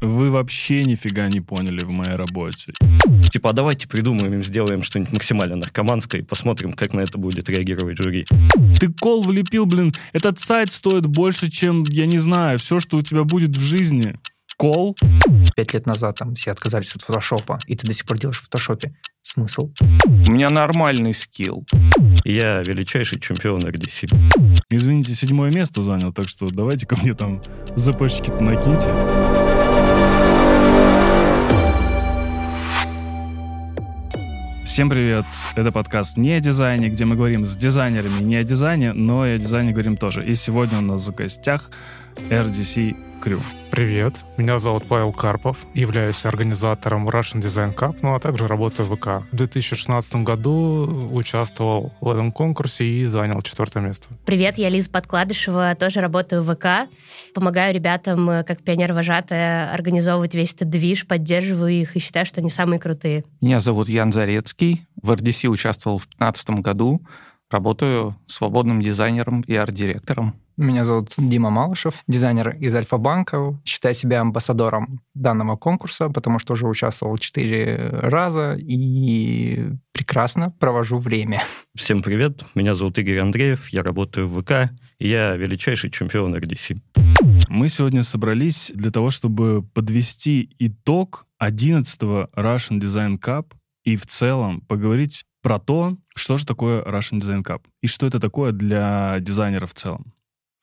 Вы вообще нифига не поняли в моей работе. Типа, а давайте придумаем, сделаем что-нибудь максимально наркоманское и посмотрим, как на это будет реагировать жюри. Ты кол влепил, блин. Этот сайт стоит больше, чем, я не знаю, все, что у тебя будет в жизни. Кол. 5 лет назад там все отказались от фотошопа, и ты до сих пор делаешь в фотошопе. Смысл? У меня нормальный скилл. Я величайший чемпион RDC. Извините, 7-е место занял, так что давайте ко мне там ЗПшечки-то накиньте. Всем привет! Это подкаст «Не о дизайне», где мы говорим с дизайнерами не о дизайне, но и о дизайне говорим тоже. И сегодня у нас в гостях RDC Crew. Привет, меня зовут Павел Карпов, являюсь организатором Russian Design Cup, ну а также работаю в ВК. В 2016 году участвовал в этом конкурсе и занял 4-е место. Привет, я Лиза Подкладышева, тоже работаю в ВК. Помогаю ребятам, как пионер-вожатая, организовывать весь этот движ, поддерживаю их и считаю, что они самые крутые. Меня зовут Ян Зарецкий, в RDC участвовал в 2015 году, работаю свободным дизайнером и арт-директором. Меня зовут Дима Малышев, дизайнер из Альфа-банка. Считаю себя амбассадором данного конкурса, потому что уже участвовал 4 раза и прекрасно провожу время. Всем привет, меня зовут Игорь Андреев, я работаю в ВК, и я величайший чемпион RDC. Мы сегодня собрались для того, чтобы подвести итог 11-го Russian Design Cup и в целом поговорить про то, что же такое Russian Design Cup и что это такое для дизайнеров в целом.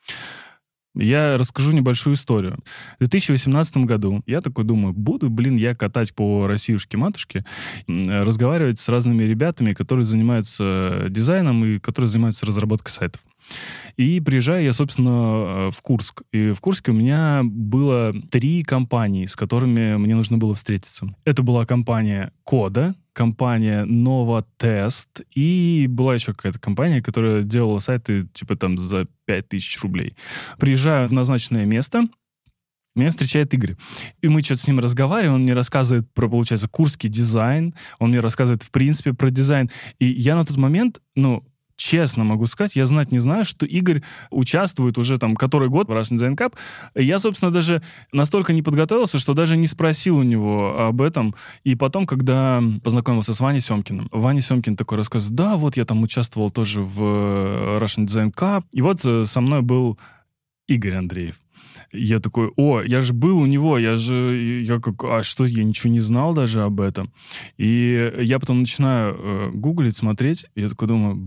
Я расскажу небольшую историю. В 2018 году я такой думаю, буду, я катать по Россиюшке-матушке, разговаривать с разными ребятами, которые занимаются дизайном и которые занимаются разработкой сайтов. И приезжаю я, собственно, в Курск. И в Курске у меня было 3 компании, с которыми мне нужно было встретиться. Это была компания Кода, компания Новотест, и была еще какая-то компания, которая делала сайты типа там за 5000 рублей. Приезжаю в назначенное место, меня встречает Игорь. И мы что-то с ним разговариваем, он мне рассказывает про, получается, курский дизайн, он мне рассказывает, в принципе, про дизайн. И я на тот момент, честно могу сказать, я знать не знаю, что Игорь участвует уже там который год в Russian Design Cup. Я, собственно, даже настолько не подготовился, что даже не спросил у него об этом. И потом, когда познакомился с Ваней Семкиным, Ваня Семкин такой рассказывает, да, вот я там участвовал тоже в Russian Design Cup. И вот со мной был Игорь Андреев. Я такой, я же был у него, я ничего не знал даже об этом. И я потом начинаю гуглить, смотреть, и я такой думаю,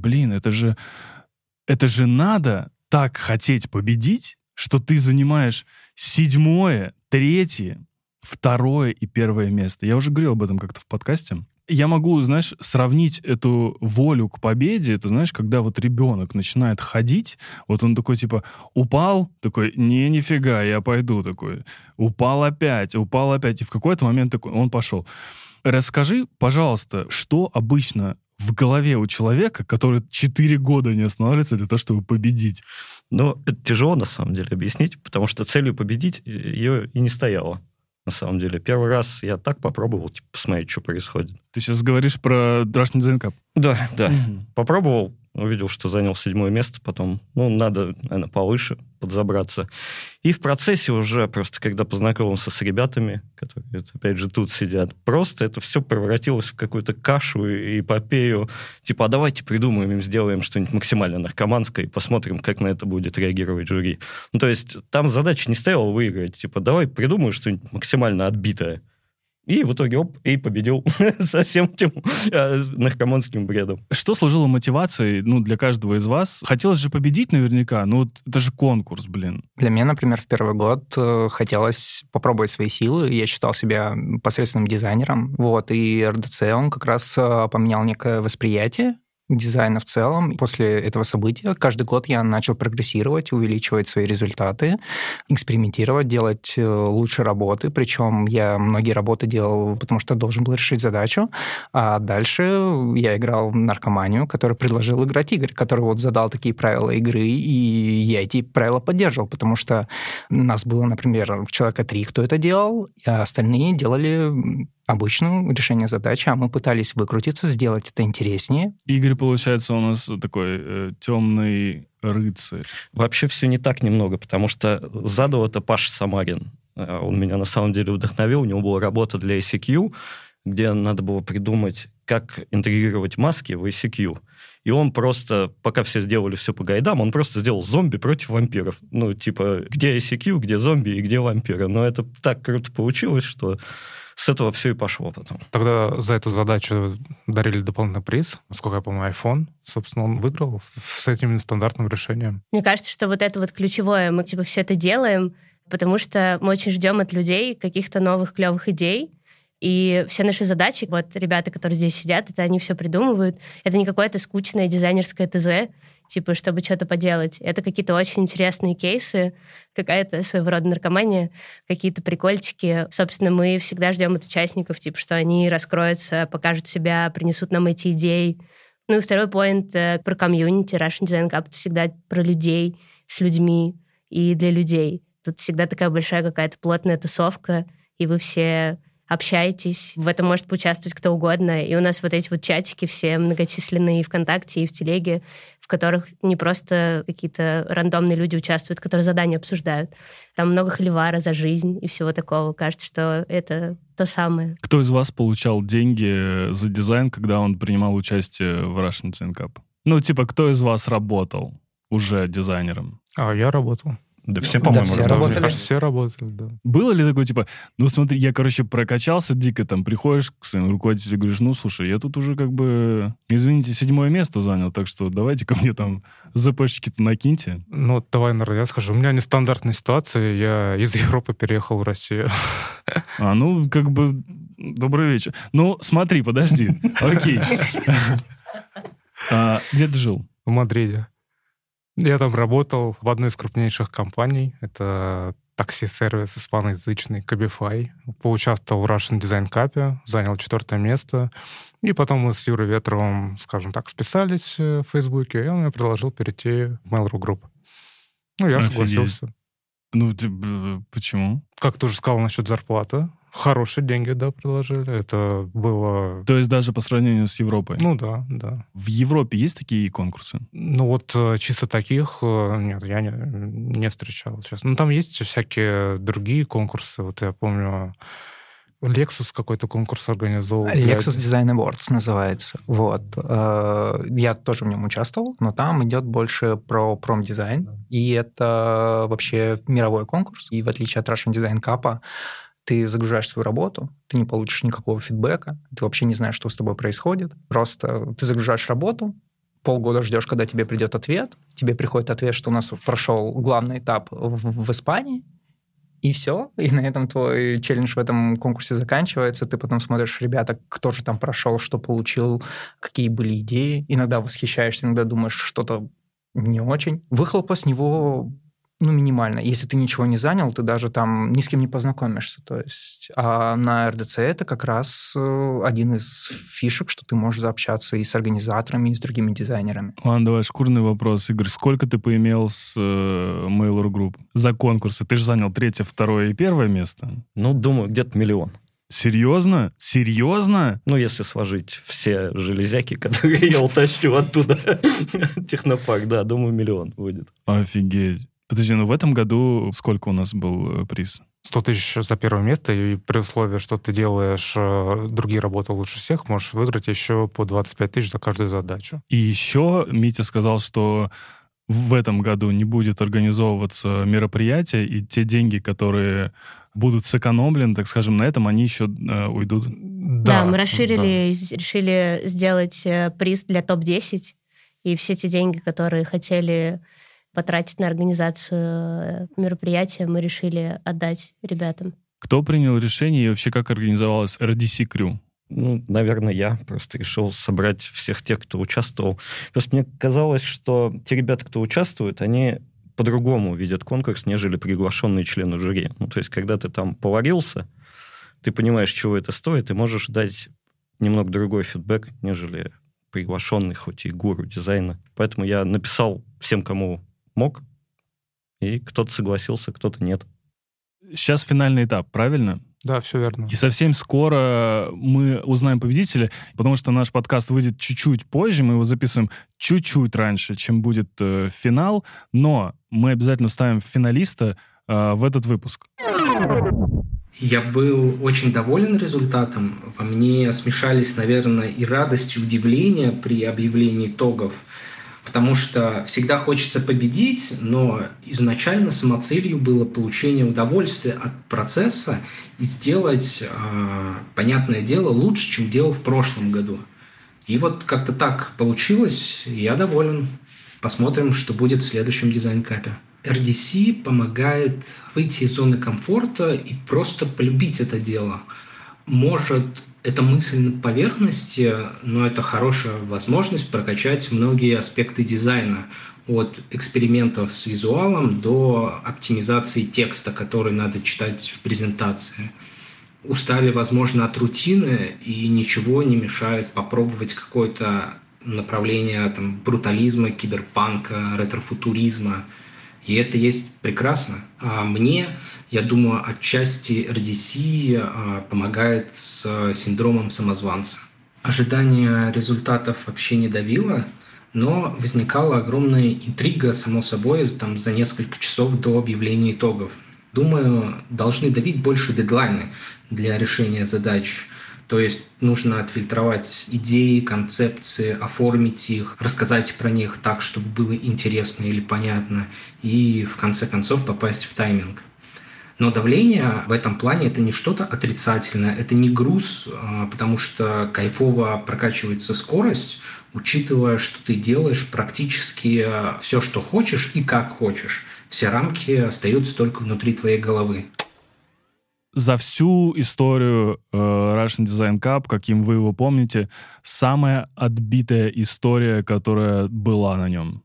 это же надо так хотеть победить, что ты занимаешь 7-е, 3-е, 2-е и 1-е место. Я уже говорил об этом как-то в подкасте. Я могу, сравнить эту волю к победе, это, когда вот ребенок начинает ходить, вот он такой, упал, такой, нифига, я пойду, такой, упал опять, и в какой-то момент такой, он пошел. Расскажи, пожалуйста, что обычно в голове у человека, который 4 года не останавливается для того, чтобы победить? Это тяжело, на самом деле, объяснить, потому что целью победить ее и не стояло. На самом деле. Первый раз я так попробовал, посмотреть, что происходит. Ты сейчас говоришь про Russian Design Cup? Да. Попробовал, увидел, что занял 7-е место, потом, надо, наверное, повыше подзабраться. И в процессе уже, просто когда познакомился с ребятами, которые, опять же, тут сидят, просто это все превратилось в какую-то кашу и эпопею. А давайте придумаем, сделаем что-нибудь максимально наркоманское и посмотрим, как на это будет реагировать жюри. То есть там задача не стояла выиграть. Давай придумаем что-нибудь максимально отбитое. И в итоге, и победил со всем этим наркоманским бредом. Что служило мотивацией, для каждого из вас? Хотелось же победить наверняка, это же конкурс, Для меня, например, в первый год хотелось попробовать свои силы. Я считал себя посредственным дизайнером. И РДЦ, он как раз поменял некое восприятие дизайна в целом. После этого события каждый год я начал прогрессировать, увеличивать свои результаты, экспериментировать, делать лучше работы. Причем я многие работы делал, потому что должен был решить задачу. А дальше я играл в наркоманию, которую предложил играть Игорь, который задал такие правила игры, и я эти правила поддерживал, потому что нас было, например, человека 3, кто это делал, а остальные делали обычное решение задачи, а мы пытались выкрутиться, сделать это интереснее. Игорь, получается, у нас такой темный рыцарь. Вообще все не так немного, потому что задал это Паша Самарин. он меня на самом деле вдохновил. У него была работа для ICQ, где надо было придумать, как интегрировать маски в ICQ. И он просто, пока все сделали все по гайдам, он просто сделал зомби против вампиров. Ну, типа, где ICQ, где зомби и где вампиры. Но это так круто получилось, что с этого все и пошло потом. Тогда за эту задачу дарили дополнительный приз. Насколько я помню, iPhone. Собственно, он выиграл с этим нестандартным решением. Мне кажется, что вот это вот ключевое. Мы типа все это делаем, потому что мы очень ждем от людей каких-то новых клевых идей. И все наши задачи, вот ребята, которые здесь сидят, это они все придумывают. Это не какое-то скучное дизайнерское ТЗ, типа, чтобы что-то поделать. Это какие-то очень интересные кейсы, какая-то своего рода наркомания, какие-то прикольчики. Собственно, мы всегда ждем от участников, типа, что они раскроются, покажут себя, принесут нам эти идеи. Ну и второй поинт про комьюнити. Russian Design Cup — это всегда про людей, с людьми и для людей. Тут всегда такая большая какая-то плотная тусовка, и вы все общаетесь, в этом может поучаствовать кто угодно. И у нас вот эти вот чатики все многочисленные и ВКонтакте, и в Телеге, в которых не просто какие-то рандомные люди участвуют, которые задания обсуждают. Там много холивара за жизнь и всего такого. Кажется, что это то самое. Кто из вас получал деньги за дизайн, когда он принимал участие в Russian Design Cup? Ну, типа, кто из вас работал уже дизайнером? Я работал. Да все, по-моему, все работали. работали. Мне кажется, все работали, да. Было ли такое, типа, ну смотри, я, короче, прокачался дико, там, приходишь к своему руководителю и говоришь, ну, слушай, я тут уже как бы, извините, 7-е место занял, так что давайте ко мне там ЗПшечки-то накиньте. Ну, давай, наверное, я скажу. У меня нестандартная ситуация. Я из Европы переехал в Россию. Ну, как бы, добрый вечер. Ну, смотри, подожди, окей. Где ты жил? В Мадриде. Я там работал в одной из крупнейших компаний. Это такси-сервис испаноязычный Cabify. Поучаствовал в Russian Design Cup, занял 4-е место. И потом мы с Юрой Ветровым, скажем так, списались в Фейсбуке, и он мне предложил перейти в Mail.ru Group. Ну, я согласился. Ну, почему? Как ты уже сказал насчет зарплаты. Хорошие деньги, да, предложили. Это было... То есть даже по сравнению с Европой? Ну, да. В Европе есть такие конкурсы? Ну, вот чисто таких нет, я не встречал, честно. Ну, там есть всякие другие конкурсы. Вот я помню, Lexus какой-то конкурс организовал. Lexus Design Awards называется. Вот. Я тоже в нем участвовал, но там идет больше про промдизайн. И это вообще мировой конкурс. И в отличие от Russian Design Cup, ты загружаешь свою работу, ты не получишь никакого фидбэка, ты вообще не знаешь, что с тобой происходит. Просто ты загружаешь работу, полгода ждешь, когда тебе придет ответ, тебе приходит ответ, что у нас прошел главный этап в Испании, и все. И на этом твой челлендж в этом конкурсе заканчивается. Ты потом смотришь, ребята, кто же там прошел, что получил, какие были идеи. Иногда восхищаешься, иногда думаешь, что-то не очень. Выхлопа с него... минимально. Если ты ничего не занял, ты даже там ни с кем не познакомишься. То есть, а на РДЦ это как раз один из фишек, что ты можешь заобщаться и с организаторами, и с другими дизайнерами. Ладно, давай шкурный вопрос. Игорь, сколько ты поимел с Mail.ru Group за конкурсы? Ты же занял 3-е, 2-е и 1-е место. Ну, думаю, где-то 1 000 000. Серьезно? Серьезно? Ну, если сложить все железяки, которые я утащу оттуда, технопарк, да, думаю, 1 000 000 будет. Офигеть. Подожди, ну в этом году сколько у нас был приз? 100 тысяч за 1-е место, и при условии, что ты делаешь другие работы лучше всех, можешь выиграть еще по 25 тысяч за каждую задачу. И еще Митя сказал, что в этом году не будет организовываться мероприятие, и те деньги, которые будут сэкономлены, так скажем, на этом, они еще уйдут. Да, мы решили сделать приз для топ-10, и все те деньги, которые хотели потратить на организацию мероприятия, мы решили отдать ребятам. Кто принял решение и вообще как организовалась RDC Crew? Ну, наверное, я просто решил собрать всех тех, кто участвовал. Просто мне казалось, что те ребята, кто участвует, они по-другому видят конкурс, нежели приглашенные члены жюри. Ну, то есть, когда ты там поварился, ты понимаешь, чего это стоит, и можешь дать немного другой фидбэк, нежели приглашенный, хоть и гуру дизайна. Поэтому я написал всем, кому мог, и кто-то согласился, кто-то нет. Сейчас финальный этап, правильно? Да, все верно. И совсем скоро мы узнаем победителя, потому что наш подкаст выйдет чуть-чуть позже, мы его записываем чуть-чуть раньше, чем будет финал, но мы обязательно вставим финалиста в этот выпуск. Я был очень доволен результатом. Во мне смешались, наверное, и радость, и удивление при объявлении итогов, потому что всегда хочется победить, но изначально самоцелью было получение удовольствия от процесса и сделать, понятное дело, лучше, чем делал в прошлом году. И вот как-то так получилось, и я доволен. Посмотрим, что будет в следующем дизайн-капе. RDC помогает выйти из зоны комфорта и просто полюбить это дело. Может, это мысль на поверхности, но это хорошая возможность прокачать многие аспекты дизайна. От экспериментов с визуалом до оптимизации текста, который надо читать в презентации. Устали, возможно, от рутины, и ничего не мешает попробовать какое-то направление там, брутализма, киберпанка, ретрофутуризма. И это есть прекрасно. А мне, я думаю, отчасти RDC помогает с синдромом самозванца. Ожидание результатов вообще не давило, но возникала огромная интрига, само собой, там, за несколько часов до объявления итогов. Думаю, должны давить больше дедлайны для решения задач. То есть нужно отфильтровать идеи, концепции, оформить их, рассказать про них так, чтобы было интересно или понятно, и в конце концов попасть в тайминг. Но давление в этом плане – это не что-то отрицательное, это не груз, потому что кайфово прокачивается скорость, учитывая, что ты делаешь практически все, что хочешь и как хочешь. Все рамки остаются только внутри твоей головы. За всю историю Russian Design Cup, каким вы его помните, самая отбитая история, которая была на нем?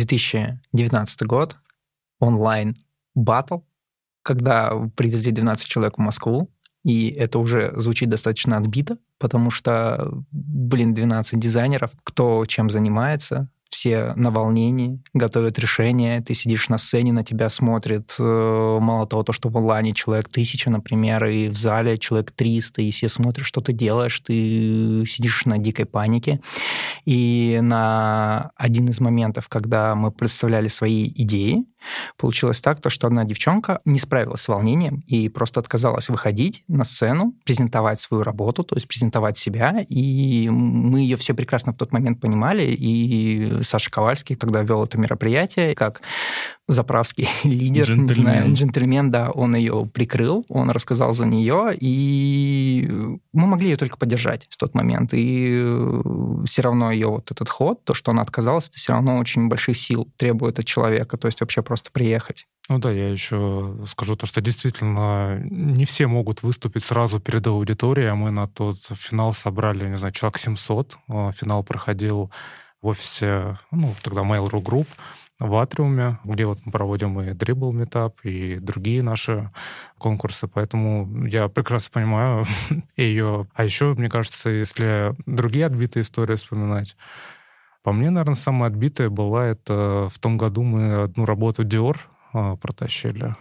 2019 год, онлайн-баттл, когда привезли 12 человек в Москву, и это уже звучит достаточно отбито, потому что, 12 дизайнеров, кто чем занимается, все на волнении, готовят решения, ты сидишь на сцене, на тебя смотрит, мало того, что в онлайне человек 1000, например, и в зале человек 300, и все смотрят, что ты делаешь, ты сидишь на дикой панике. И на один из моментов, когда мы представляли свои идеи, получилось так, что одна девчонка не справилась с волнением и просто отказалась выходить на сцену, презентовать свою работу, то есть презентовать себя, и мы ее все прекрасно в тот момент понимали, и Саша Ковальский, когда вел это мероприятие, как заправский лидер, джентльмен, да, он ее прикрыл, он рассказал за нее, и мы могли ее только поддержать в тот момент, и все равно ее вот этот ход, то, что она отказалась, это все равно очень больших сил требует от человека, то есть вообще просто приехать. Ну да, я еще скажу то, что действительно не все могут выступить сразу перед аудиторией, а мы на тот финал собрали, не знаю, человек 700. Финал проходил в офисе, тогда Mail.ru Group, в Атриуме, где вот мы проводим и Dribble Meetup, и другие наши конкурсы. Поэтому я прекрасно понимаю ее. А еще, мне кажется, если другие отбитые истории вспоминать, по мне, наверное, самая отбитая была это в том году мы одну работу Dior протащили.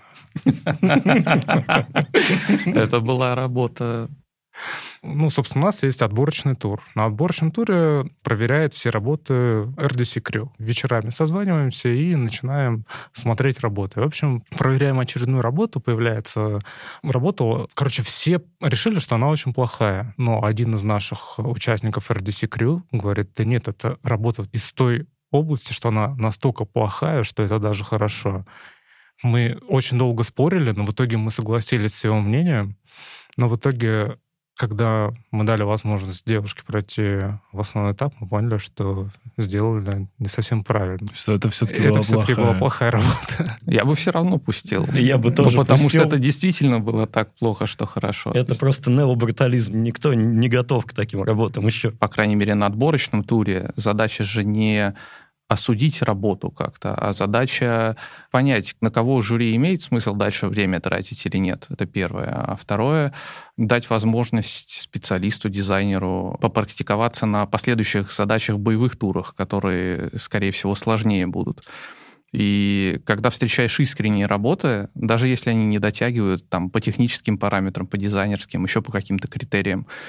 Это была работа... Собственно, у нас есть отборочный тур. На отборочном туре проверяет все работы RDC Crew. Вечерами созваниваемся и начинаем смотреть работы. В общем, проверяем очередную работу, появляется работа. Все решили, что она очень плохая. Но один из наших участников RDC Crew говорит, да нет, это работа из той области, что она настолько плохая, что это даже хорошо. Мы очень долго спорили, но в итоге мы согласились с его мнением. Но в итоге, когда мы дали возможность девушке пройти в основной этап, мы поняли, что сделали не совсем правильно. Что это все-таки была плохая работа. Я бы все равно пустил. Я бы тоже потому пустил. что это действительно было так плохо, что хорошо. Это просто необрутализм. Никто не готов к таким работам еще. По крайней мере, на отборочном туре задача же не осудить работу как-то, а задача понять, на кого жюри имеет смысл дальше время тратить или нет. Это первое. А второе — дать возможность специалисту, дизайнеру попрактиковаться на последующих задачах боевых турах, которые, скорее всего, сложнее будут. И когда встречаешь искренние работы, даже если они не дотягивают там, по техническим параметрам, по дизайнерским, еще по каким-то критериям,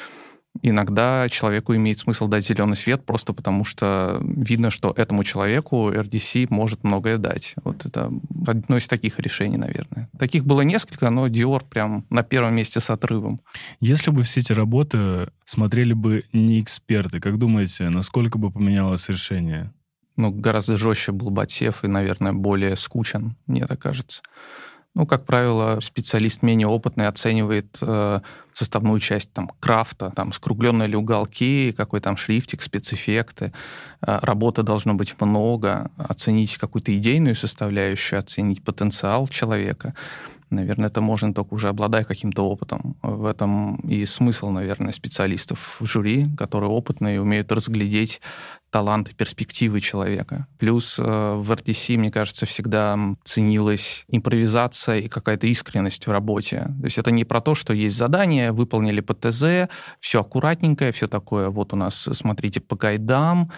Иногда человеку имеет смысл дать зеленый свет просто потому, что видно, что этому человеку RDC может многое дать. Вот это одно из таких решений, наверное. Таких было несколько, но Dior прям на первом месте с отрывом. Если бы все эти работы смотрели бы не эксперты, как думаете, насколько бы поменялось решение? Ну, гораздо жестче был бы отсев и, наверное, более скучен, мне так кажется. Ну, как правило, специалист менее опытный оценивает составную часть там, крафта, там, скругленные ли уголки, какой там шрифтик, спецэффекты. Работы должно быть много. Оценить какую-то идейную составляющую, оценить потенциал человека. Наверное, это можно только уже обладая каким-то опытом. В этом и смысл, наверное, специалистов в жюри, которые опытные и умеют разглядеть талант и перспективы человека. Плюс в RDC, мне кажется, всегда ценилась импровизация и какая-то искренность в работе. То есть это не про то, что есть задание, выполнили по ТЗ, все аккуратненькое, все такое, вот у нас, смотрите, по гайдам,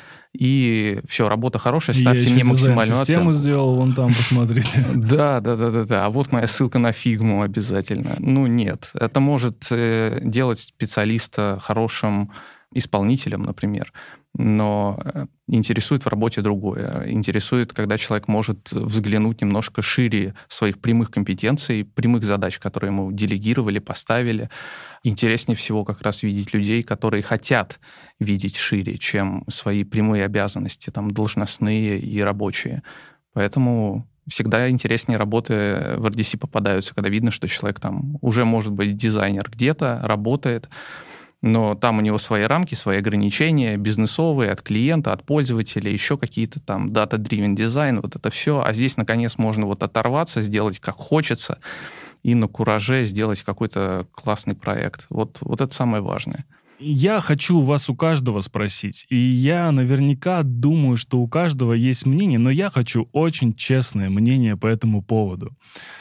и все, работа хорошая, ставьте мне максимальную оценку. Я сделал, вон там, посмотрите. Да. А вот моя ссылка на фигму обязательно. Ну, нет. Это может делать специалиста хорошим исполнителем, например. Но интересует в работе другое. Интересует, когда человек может взглянуть немножко шире своих прямых компетенций, прямых задач, которые ему делегировали, поставили. Интереснее всего как раз видеть людей, которые хотят видеть шире, чем свои прямые обязанности, там, должностные и рабочие. Поэтому всегда интереснее работы в RDC попадаются, когда видно, что человек там уже может быть дизайнер где-то, работает, но там у него свои рамки, свои ограничения, бизнесовые, от клиента, от пользователя, еще какие-то там data-driven дизайн, вот это все. А здесь, наконец, можно вот оторваться, сделать как хочется, и на кураже сделать какой-то классный проект. Вот это самое важное. Я хочу вас у каждого спросить, и я наверняка думаю, что у каждого есть мнение, но я хочу очень честное мнение по этому поводу.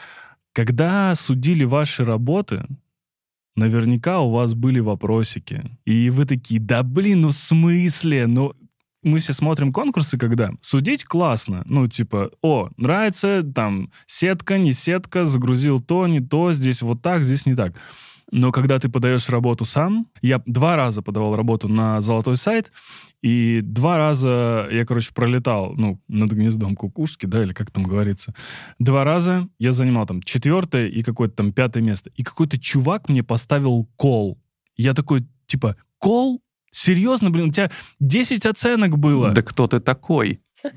Когда судили ваши работы, наверняка у вас были вопросики, и вы такие, да блин, ну в смысле? Ну, мы все смотрим конкурсы, когда судить классно, ну типа, нравится, там, сетка, не сетка, загрузил то, не то, здесь вот так, здесь не так. Но когда ты подаешь работу сам, я 2 раза подавал работу на золотой сайт, и 2 раза я, пролетал, над гнездом кукушки, да, или как там говорится. 2 раза я занимал там 4-е и какое-то там 5-е место. И какой-то чувак мне поставил кол. Я такой, типа, кол? Серьезно, блин, у тебя 10 оценок было. Да кто ты такой?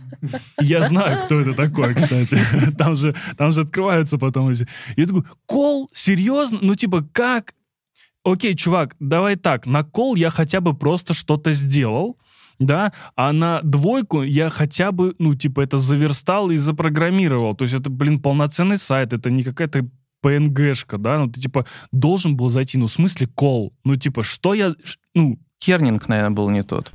Я знаю, кто это такой, кстати. Там же открываются потом эти... Я такой, кол? Серьезно? Ну, типа, как? Окей, чувак, давай так, на кол я хотя бы просто что-то сделал, да, а на 2 я хотя бы, это заверстал и запрограммировал. То есть это, полноценный сайт, это не какая-то PNG-шка, да, ты, должен был зайти, в смысле кол? Что я... Кернинг, наверное, был не тот.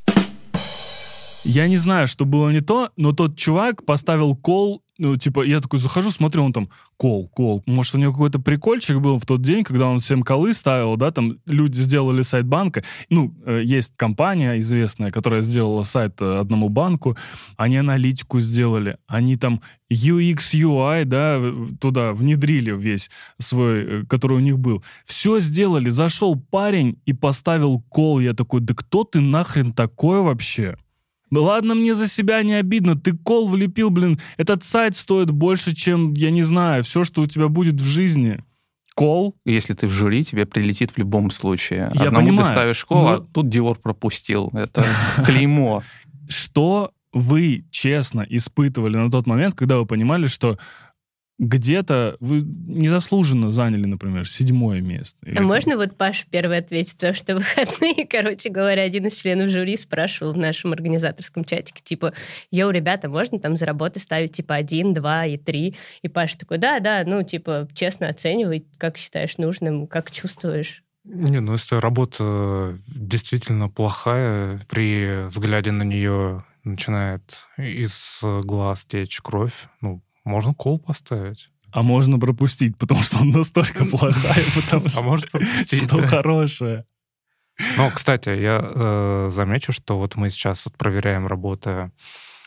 Я не знаю, что было не то, но тот чувак поставил кол, я такой захожу, смотрю, он там кол. Может, у него какой-то прикольчик был в тот день, когда он всем колы ставил, да, там люди сделали сайт банка. Есть компания известная, которая сделала сайт одному банку, они аналитику сделали, они там UX, UI, да, туда внедрили весь свой, который у них был. Все сделали, зашел парень и поставил кол. Я такой, да кто ты нахрен такой вообще? Ладно, мне за себя не обидно, ты кол влепил, этот сайт стоит больше, чем, я не знаю, все, что у тебя будет в жизни. Кол. Если ты в жюри, тебе прилетит в любом случае. Я Одному понимаю, ты ставишь кол, а тут Dior пропустил. Это клеймо. Что вы честно испытывали на тот момент, когда вы понимали, что где-то вы незаслуженно заняли, например, 7-е место? А можно вот Паша первый ответить? Потому что в выходные, говоря, один из членов жюри спрашивал в нашем организаторском чатике, йоу, ребята, можно там за работы ставить 1, 2 и 3? И Паша такой, да, честно оценивай, как считаешь нужным, как чувствуешь. Если работа действительно плохая, при взгляде на нее начинает из глаз течь кровь, можно кол поставить. А можно пропустить, потому что он настолько плохая, потому что... А может пропустить, что хорошее. Кстати, я замечу, что вот мы сейчас проверяем работы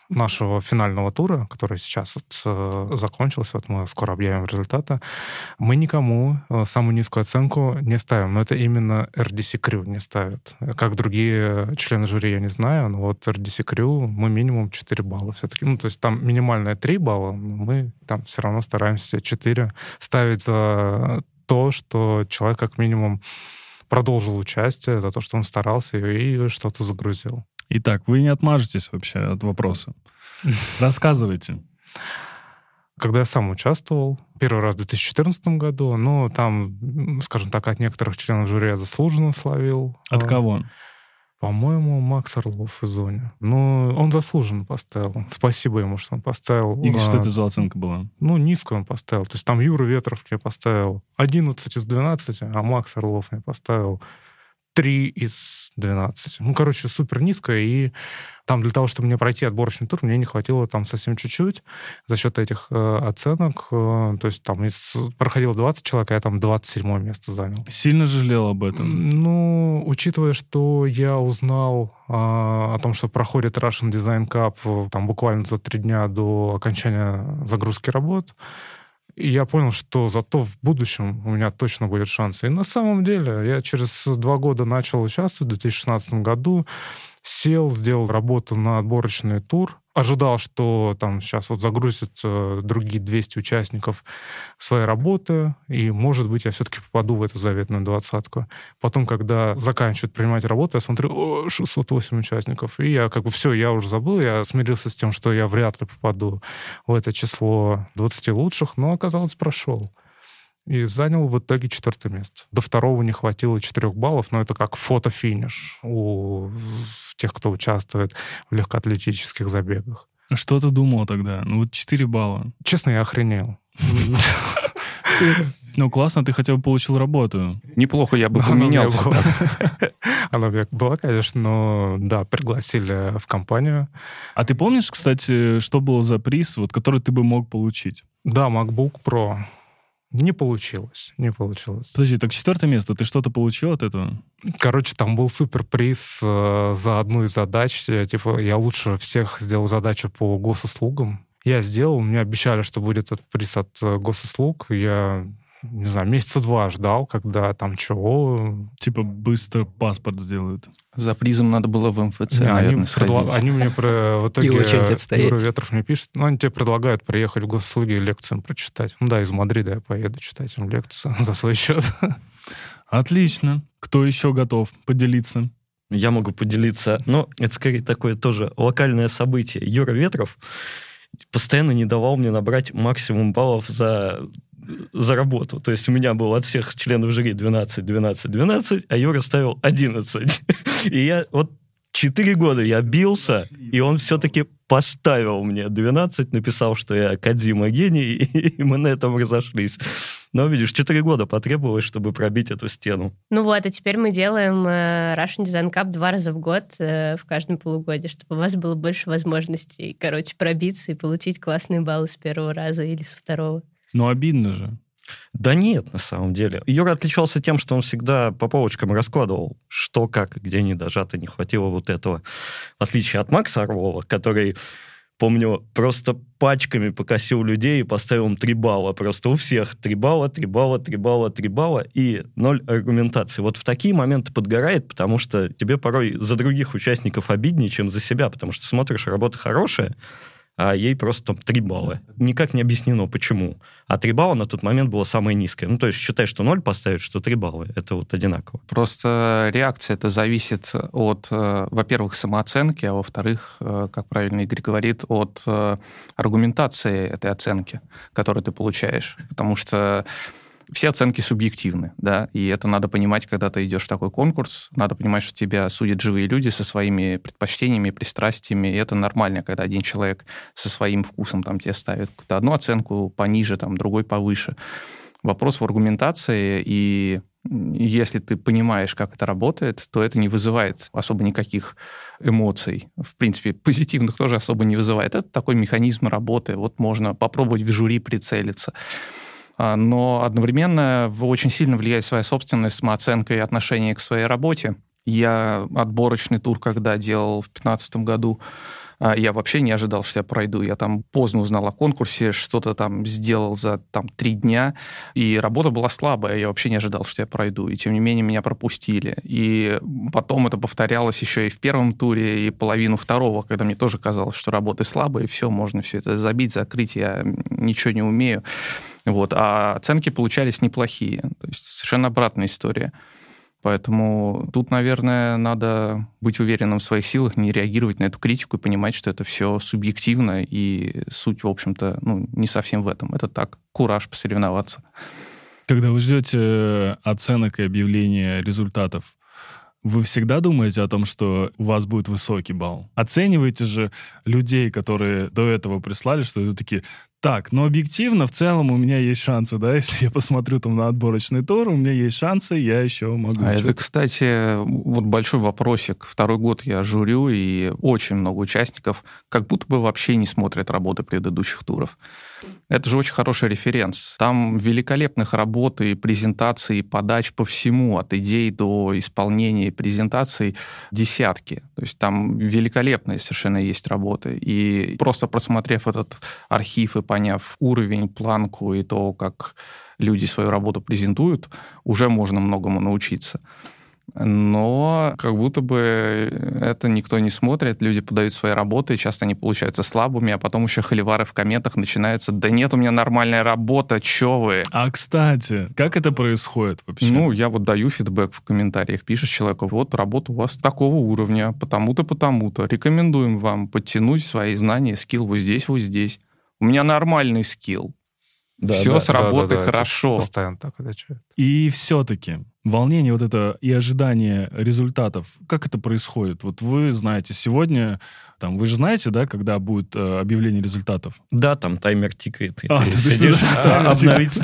нашего финального тура, который сейчас вот закончился, вот мы скоро объявим результаты, мы никому самую низкую оценку не ставим. Но это именно RDC Crew не ставит. Как другие члены жюри, я не знаю, но вот RDC Crew мы минимум 4 балла все-таки. Ну, то есть там минимальная 3 балла, но мы там все равно стараемся 4 ставить за то, что человек как минимум продолжил участие, за то, что он старался и что-то загрузил. Итак, вы не отмажетесь вообще от вопроса. Рассказывайте. Когда я сам участвовал, первый раз в 2014 году, ну, там, скажем так, от некоторых членов жюри я заслуженно словил. От кого? По-моему, Макс Орлов из «Зоне». Ну, он заслуженно поставил. Спасибо ему, что он поставил. И что это за оценка была? Ну, низкую он поставил. То есть там Юра Ветров мне поставил 11 из 12, а Макс Орлов мне поставил 3 из 12. Ну, короче, супер низкая, и там для того, чтобы мне пройти отборочный тур, мне не хватило там совсем чуть-чуть за счет этих оценок. То есть там проходило 20 человек, а я там 27 место занял. Сильно жалел об этом? Ну, учитывая, что я узнал о том, что проходит Russian Design Cup там буквально за 3 дня до окончания загрузки работ, и я понял, что зато в будущем у меня точно будет шанс. И на самом деле я через 2 года начал участвовать в 2016 году, сел, сделал работу на отборочный тур, ожидал, что там сейчас вот загрузят другие 200 участников своей работы, и, может быть, я все-таки попаду в эту заветную 20-ку. Потом, когда заканчивают принимать работу, я смотрю, 608 участников, и я как бы все, я уже забыл, я смирился с тем, что я вряд ли попаду в это число 20 лучших, но, оказалось, прошел. И занял в итоге 4 место. До 2 не хватило 4 баллов, но это как фото-финиш у тех, кто участвует в легкоатлетических забегах. Что ты думал тогда? Ну вот 4 балла. Честно, я охренел. Ну классно, ты хотя бы получил работу. Неплохо, я бы поменялся. Она у меня была, конечно, но да, пригласили в компанию. А ты помнишь, кстати, что был за приз, вот, который ты бы мог получить? Да, MacBook Pro. Не получилось. Подожди, так 4 место, ты что-то получил от этого? Короче, там был суперприз за одну из задач. Типа, я лучше всех сделал задачу по госуслугам. Я сделал, мне обещали, что будет этот приз от госуслуг. Я, не знаю, 2 месяца ждал, когда там чего. Типа быстро паспорт сделают. За призом надо было в МФЦ, наверное, сходить. Они мне в итоге... И очередь отстоять. Юра Ветров мне пишет, они тебе предлагают приехать в госуслуги и лекцию им прочитать. Ну да, из Мадрида я поеду читать им лекцию за свой счет. Отлично. Кто еще готов поделиться? Я могу поделиться. Но это скорее такое тоже локальное событие. Юра Ветров постоянно не давал мне набрать максимум баллов за работу. То есть у меня было от всех членов жюри 12, 12, 12, а Юра ставил 11. И я вот 4 года я бился, и он все-таки поставил мне 12, написал, что я Кодзима гений, и мы на этом разошлись. Но, видишь, 4 года потребовалось, чтобы пробить эту стену. Ну вот, а теперь мы делаем Russian Design Cup 2 раза в год в каждом полугодии, чтобы у вас было больше возможностей, пробиться и получить классные баллы с 1 раза или с 2. Ну, обидно же. Да нет, на самом деле. Юра отличался тем, что он всегда по полочкам раскладывал, что, как, где не дожато, не хватило вот этого. В отличие от Макса Орлова, который, помню, просто пачками покосил людей и поставил им 3 балла. Просто у всех 3 балла, 3 балла, 3 балла, 3 балла и 0 аргументации. Вот в такие моменты подгорает, потому что тебе порой за других участников обиднее, чем за себя, потому что смотришь, работа хорошая, а ей просто там 3 балла. Никак не объяснено, почему. А 3 балла на тот момент было самое низкое. Ну, то есть считай, что 0 поставить, что 3 балла. Это вот одинаково. Просто реакция это зависит от, во-первых, самооценки, а во-вторых, как правильно Игорь говорит, от аргументации этой оценки, которую ты получаешь. Потому что все оценки субъективны, да, и это надо понимать, когда ты идешь в такой конкурс, надо понимать, что тебя судят живые люди со своими предпочтениями, пристрастиями, и это нормально, когда один человек со своим вкусом там тебе ставит какую-то одну оценку пониже, там, другой повыше. Вопрос в аргументации, и если ты понимаешь, как это работает, то это не вызывает особо никаких эмоций. В принципе, позитивных тоже особо не вызывает. Это такой механизм работы. Вот можно попробовать в жюри прицелиться. Но одновременно очень сильно влияет своя собственность, самооценка и отношение к своей работе. Я отборочный тур, когда делал в 2015 году, Я вообще не ожидал, что я пройду. Я там поздно узнал о конкурсе, что-то там сделал за 3 дня, и работа была слабая. Я вообще не ожидал, что я пройду. И тем не менее меня пропустили. И потом это повторялось еще и в первом туре, и половину второго, когда мне тоже казалось, что работы слабые, и все, можно все это забить, закрыть, я ничего не умею. Вот. А оценки получались неплохие. То есть совершенно обратная история. Поэтому тут, наверное, надо быть уверенным в своих силах, не реагировать на эту критику и понимать, что это все субъективно, и суть, в общем-то, не совсем в этом. Это так, кураж посоревноваться. Когда вы ждете оценок и объявления результатов, вы всегда думаете о том, что у вас будет высокий балл? Оцениваете же людей, которые до этого прислали, что это такие... Так, но объективно, в целом у меня есть шансы, да, если я посмотрю там на отборочный тур, у меня есть шансы, я еще могу... Это, кстати, вот большой вопросик. 2-й год я журю, и очень много участников как будто бы вообще не смотрят работы предыдущих туров. Это же очень хороший референс. Там великолепных работ и презентаций, и подач по всему, от идей до исполнения презентаций десятки. То есть там великолепные совершенно есть работы. И просто просмотрев этот архив и поняв уровень, планку и то, как люди свою работу презентуют, уже можно многому научиться. Но как будто бы это никто не смотрит, люди подают свои работы, часто они получаются слабыми, а потом еще холивары в комментах начинаются: да нет, у меня нормальная работа, чё вы? А, кстати, как это происходит вообще? Я вот даю фидбэк в комментариях, пишешь человеку: вот работа у вас такого уровня, потому-то, потому-то, рекомендуем вам подтянуть свои знания, скилл вот здесь, вот здесь. У меня нормальный скилл. Да, все с работой хорошо. Постоянно так отвечают. И все-таки волнение вот это и ожидание результатов, как это происходит? Вот вы знаете, сегодня, вы же знаете, да, когда будет объявление результатов? Да, там таймер тикает. И ты сидишь, обновить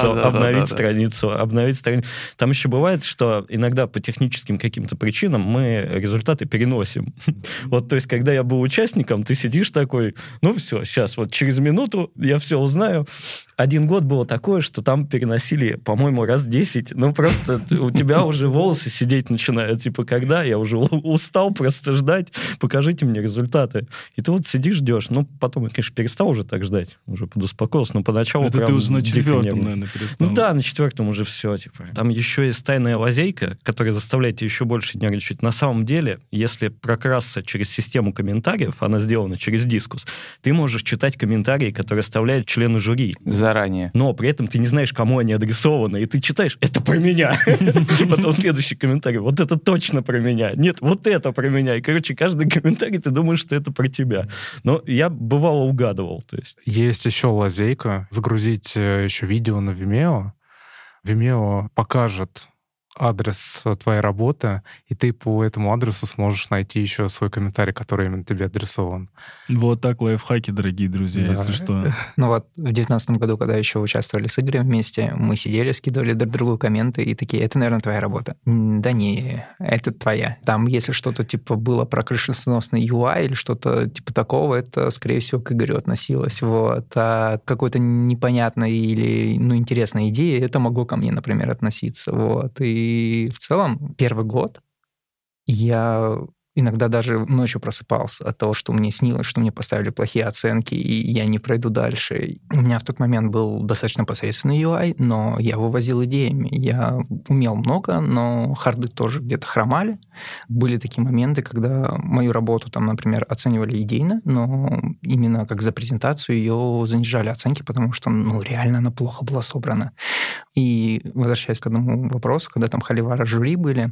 страницу, обновить страницу. Там еще бывает, что иногда по техническим каким-то причинам мы результаты переносим. Вот, то есть, когда я был участником, ты сидишь такой, все, сейчас вот через минуту я все узнаю. 1 год было такое, что там переносили, по-моему, раз 10. Просто у тебя уже волосы сидеть начинают. Типа, когда? Я уже устал просто ждать. Покажите мне результаты. И ты вот сидишь, ждешь. Потом я, конечно, перестал уже так ждать. Уже подуспокоился. Но поначалу это ты уже на 4-м, наверное, перестал. Да, на 4-м уже все. Там еще есть тайная лазейка, которая заставляет тебя еще больше нервничать. На самом деле, если прокрасться через систему комментариев, она сделана через дискус, ты можешь читать комментарии, которые оставляют члены жюри. Заранее. Но при этом ты не знаешь, кому они адресованы. И ты читаешь: это про меня. Потом следующий комментарий: вот это точно про меня. Нет, вот это про меня. И, каждый комментарий ты думаешь, что это про тебя. Но я, бывало, угадывал. Есть еще лазейка. Загрузить еще видео на Vimeo. Vimeo покажет адрес твоей работы, и ты по этому адресу сможешь найти еще свой комментарий, который именно тебе адресован. Вот так лайфхаки, дорогие друзья, если что. В 2019 году, когда еще участвовали с Игорем вместе, мы сидели, скидывали друг другу комменты и такие: это, наверное, твоя работа. Да не, это твоя. Там, если что-то было про крышесносный UI или что-то типа такого, это, скорее всего, к Игорю относилось. А какой-то непонятной или интересной идеи, это могло ко мне, например, относиться. И в целом 1-й год я иногда даже ночью просыпался от того, что мне снилось, что мне поставили плохие оценки, и я не пройду дальше. У меня в тот момент был достаточно посредственный UI, но я вывозил идеями. Я умел много, но харды тоже где-то хромали. Были такие моменты, когда мою работу, например, оценивали идейно, но именно как за презентацию ее занижали оценки, потому что, реально она плохо была собрана. И возвращаясь к одному вопросу, когда там холивары жюри были,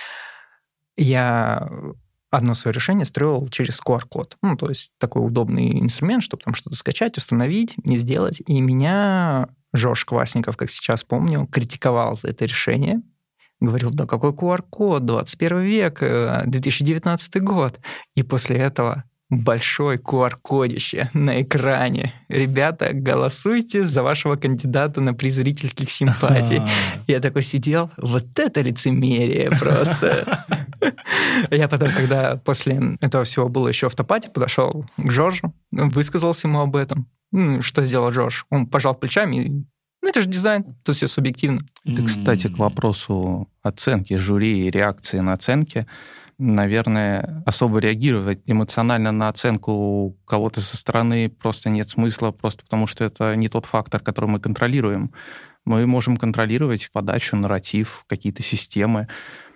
я одно свое решение строил через QR-код. То есть такой удобный инструмент, чтобы там что-то скачать, установить, не сделать. И меня Жорж Квасников, как сейчас помню, критиковал за это решение. Говорил: да какой QR-код, 21 век, 2019 год. И после этого большой QR-кодище на экране. Ребята, голосуйте за вашего кандидата на приз зрительских симпатий. Я такой сидел: вот это лицемерие просто. Я потом, когда после этого всего было еще в Топате, подошел к Жоржу, высказался ему об этом. Что сделал Жорж? Он пожал плечами. Это же дизайн, тут все субъективно. Это, кстати, к вопросу оценки жюри и реакции на оценки. наверное, особо реагировать эмоционально на оценку кого-то со стороны просто нет смысла, просто потому что это не тот фактор, который мы контролируем. Мы можем контролировать подачу, нарратив, какие-то системы.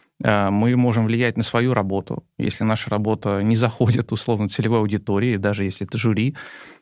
Мы можем влиять на свою работу. Если наша работа не заходит условно целевой аудитории, даже если это жюри,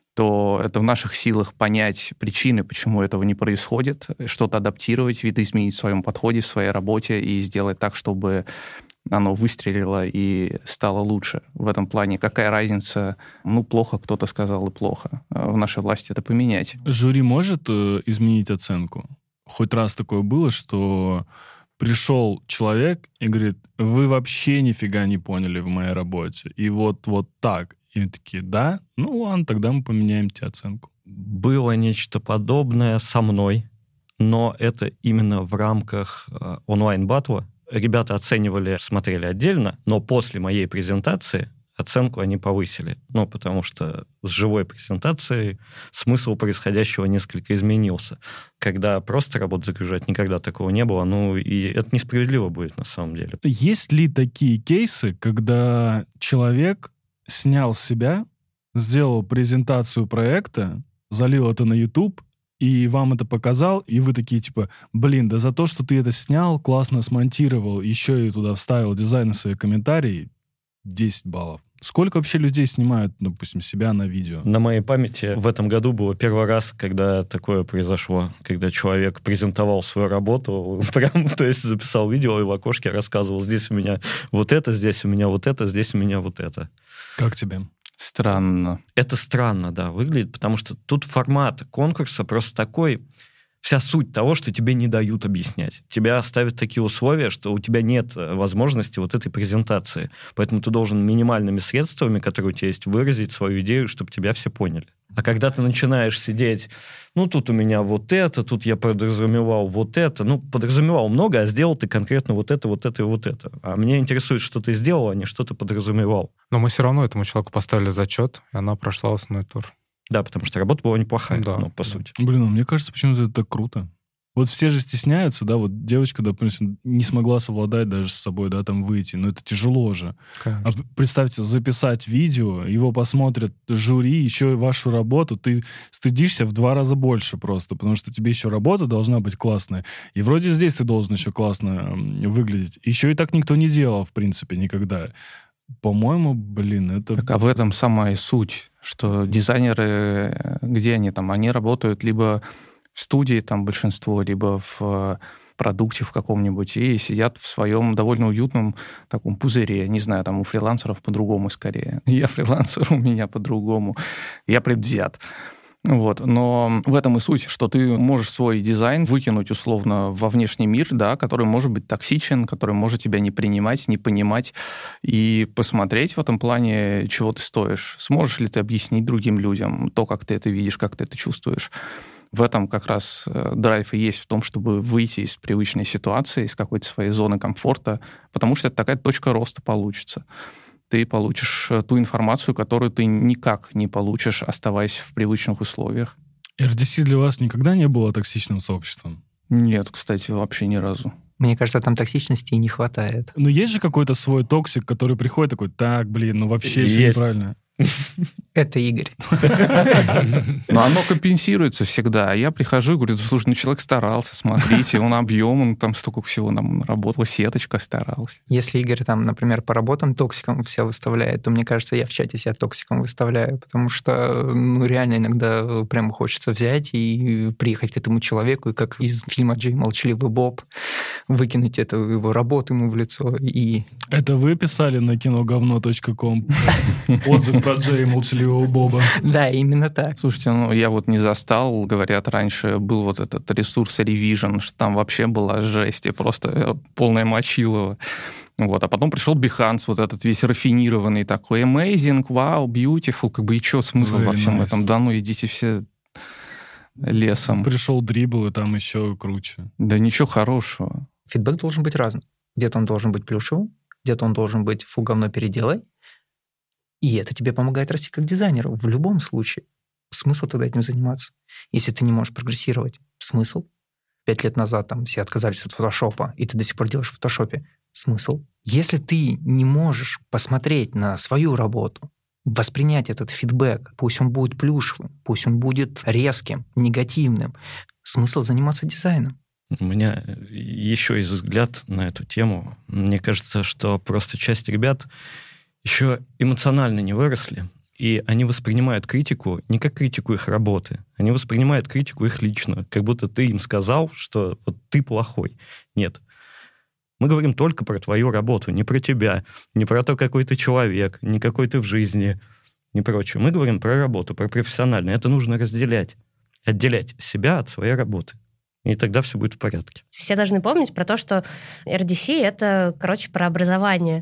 то это в наших силах понять причины, почему этого не происходит, что-то адаптировать, видоизменить в своем подходе, в своей работе и сделать так, чтобы оно выстрелило и стало лучше. В этом плане какая разница? Плохо, кто-то сказал, и плохо. В нашей власти это поменять. Жюри может изменить оценку? Хоть раз такое было, что пришел человек и говорит, вы вообще нифига не поняли в моей работе. И вот так. И они такие, да? Ладно, тогда мы поменяем тебе оценку. Было нечто подобное со мной, но это именно в рамках онлайн-батла. Ребята оценивали, смотрели отдельно, но после моей презентации оценку они повысили. Потому что с живой презентацией смысл происходящего несколько изменился. Когда просто работу загружать, никогда такого не было. И это несправедливо будет на самом деле. Есть ли такие кейсы, когда человек снял себя, сделал презентацию проекта, залил это на YouTube, и вам это показал, и вы такие, да за то, что ты это снял, классно смонтировал, еще и туда вставил дизайн и свои комментарии, 10 баллов. Сколько вообще людей снимают, допустим, себя на видео? На моей памяти в этом году было первый раз, когда такое произошло, когда человек презентовал свою работу, то есть записал видео и в окошке рассказывал, здесь у меня вот это, здесь у меня вот это, здесь у меня вот это. Как тебе? Странно. Это странно, да, выглядит, потому что тут формат конкурса просто такой, вся суть того, что тебе не дают объяснять. Тебя ставят такие условия, что у тебя нет возможности вот этой презентации. Поэтому ты должен минимальными средствами, которые у тебя есть, выразить свою идею, чтобы тебя все поняли. А когда ты начинаешь сидеть, тут у меня вот это, тут я подразумевал вот это, подразумевал много, а сделал ты конкретно вот это, вот это и вот это. А меня интересует, что ты сделал, а не что ты подразумевал. Но мы все равно этому человеку поставили зачет, и она прошла основной тур. Да, потому что работа была неплохая, да, по сути. Мне кажется, почему-то это так круто. Вот все же стесняются, да, вот девочка, допустим, не смогла совладать даже с собой, да, там выйти, но это тяжело же. Конечно. А представьте, записать видео, его посмотрят жюри, еще и вашу работу, ты стыдишься в 2 раза больше просто, потому что тебе еще работа должна быть классная, и вроде здесь ты должен еще классно выглядеть. Еще и так никто не делал, в принципе, никогда. По-моему, это... Так, а в этом самая суть, что дизайнеры, где они там? Они работают либо в студии, там большинство, либо в продукте в каком-нибудь, и сидят в своем довольно уютном таком пузыре. Не знаю, там у фрилансеров по-другому скорее. Я фрилансер, у меня по-другому. Я предвзят. Но в этом и суть, что ты можешь свой дизайн выкинуть условно во внешний мир, да, который может быть токсичен, который может тебя не принимать, не понимать, и посмотреть в этом плане, чего ты стоишь. Сможешь ли ты объяснить другим людям то, как ты это видишь, как ты это чувствуешь. В этом как раз драйв и есть в том, чтобы выйти из привычной ситуации, из какой-то своей зоны комфорта, потому что это такая точка роста получится. Ты получишь ту информацию, которую ты никак не получишь, оставаясь в привычных условиях. RDC для вас никогда не было токсичным сообществом? Нет, кстати, вообще ни разу. Мне кажется, там токсичности и не хватает. Но есть же какой-то свой токсик, который приходит такой, вообще все неправильно. Это Игорь. Но оно компенсируется всегда. Я прихожу и говорю, слушай, человек старался, смотрите, он объем, он там столько всего нам работала, сеточка старалась. Если Игорь там, например, по работам токсиком себя выставляет, то мне кажется, я в чате себя токсиком выставляю, потому что реально иногда прямо хочется взять и приехать к этому человеку, и как из фильма «Джей Молчаливый Боб», выкинуть эту его работу ему в лицо. И... Это вы писали на kinogovno.com отзыв про Джей Молчаливого Боба? Да, именно так. Слушайте, я не застал, говорят, раньше был этот ресурс Revision, что там вообще была жесть, и просто полное мочилово. А потом пришел Behance, этот весь рафинированный такой, amazing, wow, beautiful, и что смысл во всем этом? Да идите все лесом. Пришел Dribble, и там еще круче. Да ничего хорошего. Фидбэк должен быть разным. Где-то он должен быть плюшевым, где-то он должен быть «фу, говно, переделай». И это тебе помогает расти как дизайнеру. В любом случае. Смысл тогда этим заниматься? Если ты не можешь прогрессировать, смысл? 5 лет назад все отказались от фотошопа, и ты до сих пор делаешь в фотошопе. Смысл? Если ты не можешь посмотреть на свою работу, воспринять этот фидбэк, пусть он будет плюшевым, пусть он будет резким, негативным, смысл заниматься дизайном? У меня еще есть взгляд на эту тему. Мне кажется, что просто часть ребят еще эмоционально не выросли, и они воспринимают критику не как критику их работы, они воспринимают критику их лично, как будто ты им сказал, что вот ты плохой. Нет. Мы говорим только про твою работу, не про тебя, не про то, какой ты человек, не какой ты в жизни, не прочее. Мы говорим про работу, про профессиональное. Это нужно разделять, отделять себя от своей работы. И тогда все будет в порядке. Все должны помнить про то, что RDC — это, про образование.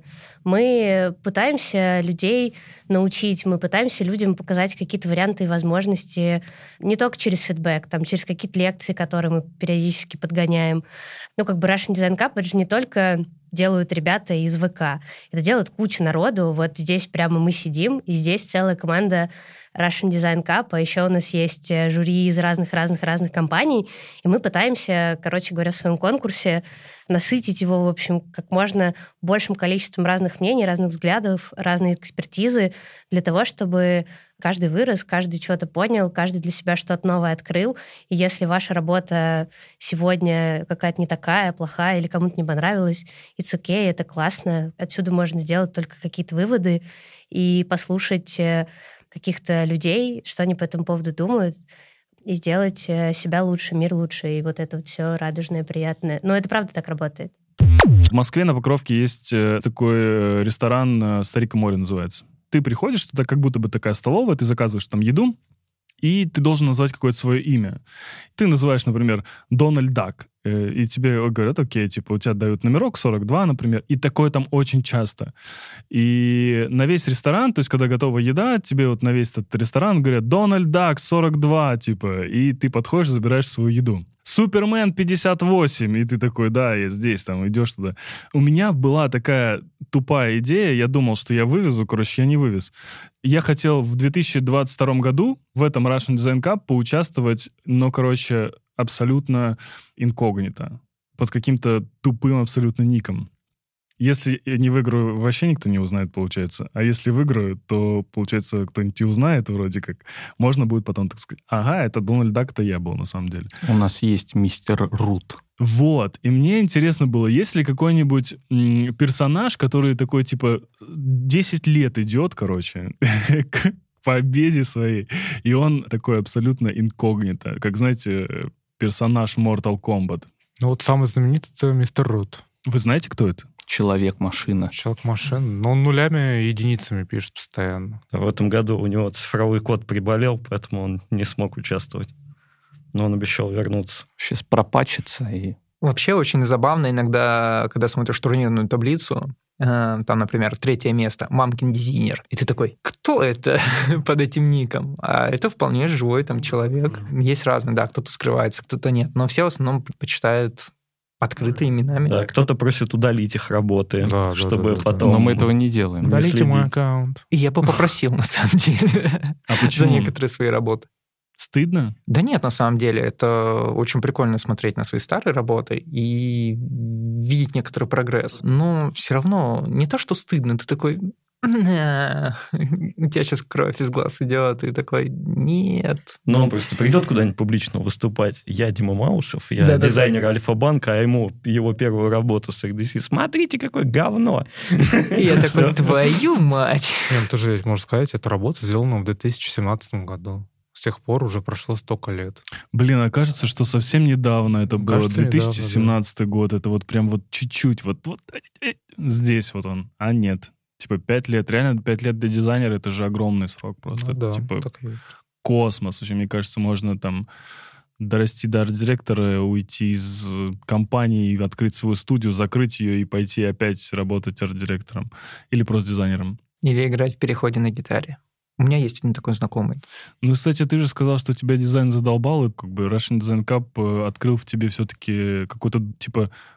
Мы пытаемся людей научить, мы пытаемся людям показать какие-то варианты и возможности не только через фидбэк, через какие-то лекции, которые мы периодически подгоняем. Russian Design Cup — это же не только делают ребята из ВК. Это делают куча народу. Вот здесь прямо мы сидим, и здесь целая команда Russian Design Cup, а еще у нас есть жюри из разных компаний, и мы пытаемся, в своем конкурсе насытить его, в общем, как можно большим количеством разных мнений, разных взглядов, разной экспертизы для того, чтобы каждый вырос, каждый что-то понял, каждый для себя что-то новое открыл. И если ваша работа сегодня какая-то не такая, плохая, или кому-то не понравилась, it's okay, это классно. Отсюда можно сделать только какие-то выводы и послушать каких-то людей, что они по этому поводу думают, и сделать себя лучше, мир лучше, и вот это вот все радужное, приятное. Но это правда так работает. В Москве на Покровке есть такой ресторан «Старик и море» называется. Ты приходишь, туда как будто бы такая столовая, ты заказываешь там еду, и ты должен назвать какое-то свое имя. Ты называешь, например, Дональд Дак, и тебе говорят, окей, у тебя дают номерок 42, например, и такое там очень часто. И на весь ресторан, то есть когда готова еда, тебе вот на весь этот ресторан говорят Дональд Дак 42, и ты подходишь, забираешь свою еду. Супермен 58, и ты такой, да, я здесь, идешь туда. У меня была такая тупая идея, я думал, что я вывезу, я не вывез. Я хотел в 2022 году в этом Russian Design Cup поучаствовать, но, абсолютно инкогнито, под каким-то тупым абсолютно ником. Если я не выиграю, вообще никто не узнает, получается. А если выиграю, то, получается, кто-нибудь и узнает вроде как. Можно будет потом так сказать, ага, это Дональд Дак, это я был на самом деле. У нас есть мистер Рут. Вот. И мне интересно было, есть ли какой-нибудь персонаж, который такой, 10 лет идет, к победе своей, и он такой абсолютно инкогнито, как, знаете, персонаж Mortal Kombat. Самый знаменитый — это мистер Рут. Вы знаете, кто это? Человек-машина. Человек-машина. Но он нулями и единицами пишет постоянно. В этом году у него цифровой код приболел, поэтому он не смог участвовать. Но он обещал вернуться. Сейчас пропатчится и... Вообще очень забавно иногда, когда смотришь турнирную таблицу, там, например, 3-е место, Мамкин дизайнер. И ты такой, кто это под этим ником? А это вполне живой человек. Есть разные, да, кто-то скрывается, кто-то нет. Но все в основном предпочитают открытыми именами. Да, кто-то просит удалить их работы, чтобы потом... Но мы этого не делаем. Удалите мой аккаунт. И я бы попросил, на самом деле, за некоторые свои работы. Стыдно? Да нет, на самом деле. Это очень прикольно смотреть на свои старые работы и видеть некоторый прогресс. Но все равно не то, что стыдно, ты такой... У тебя сейчас кровь из глаз идет, и такой, нет. Но он просто придет куда-нибудь публично выступать. Я Дима Малышев, я дизайнер Альфа-банка, а ему его первую работу с RDC. Смотрите, какое говно. И я такой, твою мать. Тоже, можно сказать, эта работа сделана в 2017 году. С тех пор уже прошло столько лет. Блин, а кажется, что совсем недавно это было. 2017 год. Это прям чуть-чуть. Здесь он. А нет. 5 лет. Реально 5 лет для дизайнера — это же огромный срок просто. Космос. Вообще, мне кажется, можно дорасти до арт-директора, уйти из компании, открыть свою студию, закрыть ее и пойти опять работать арт-директором. Или просто дизайнером. Или играть в переходе на гитаре. У меня есть один такой знакомый. Кстати, ты же сказал, что тебя дизайн задолбал, и Russian Design Cup открыл в тебе все-таки какой-то,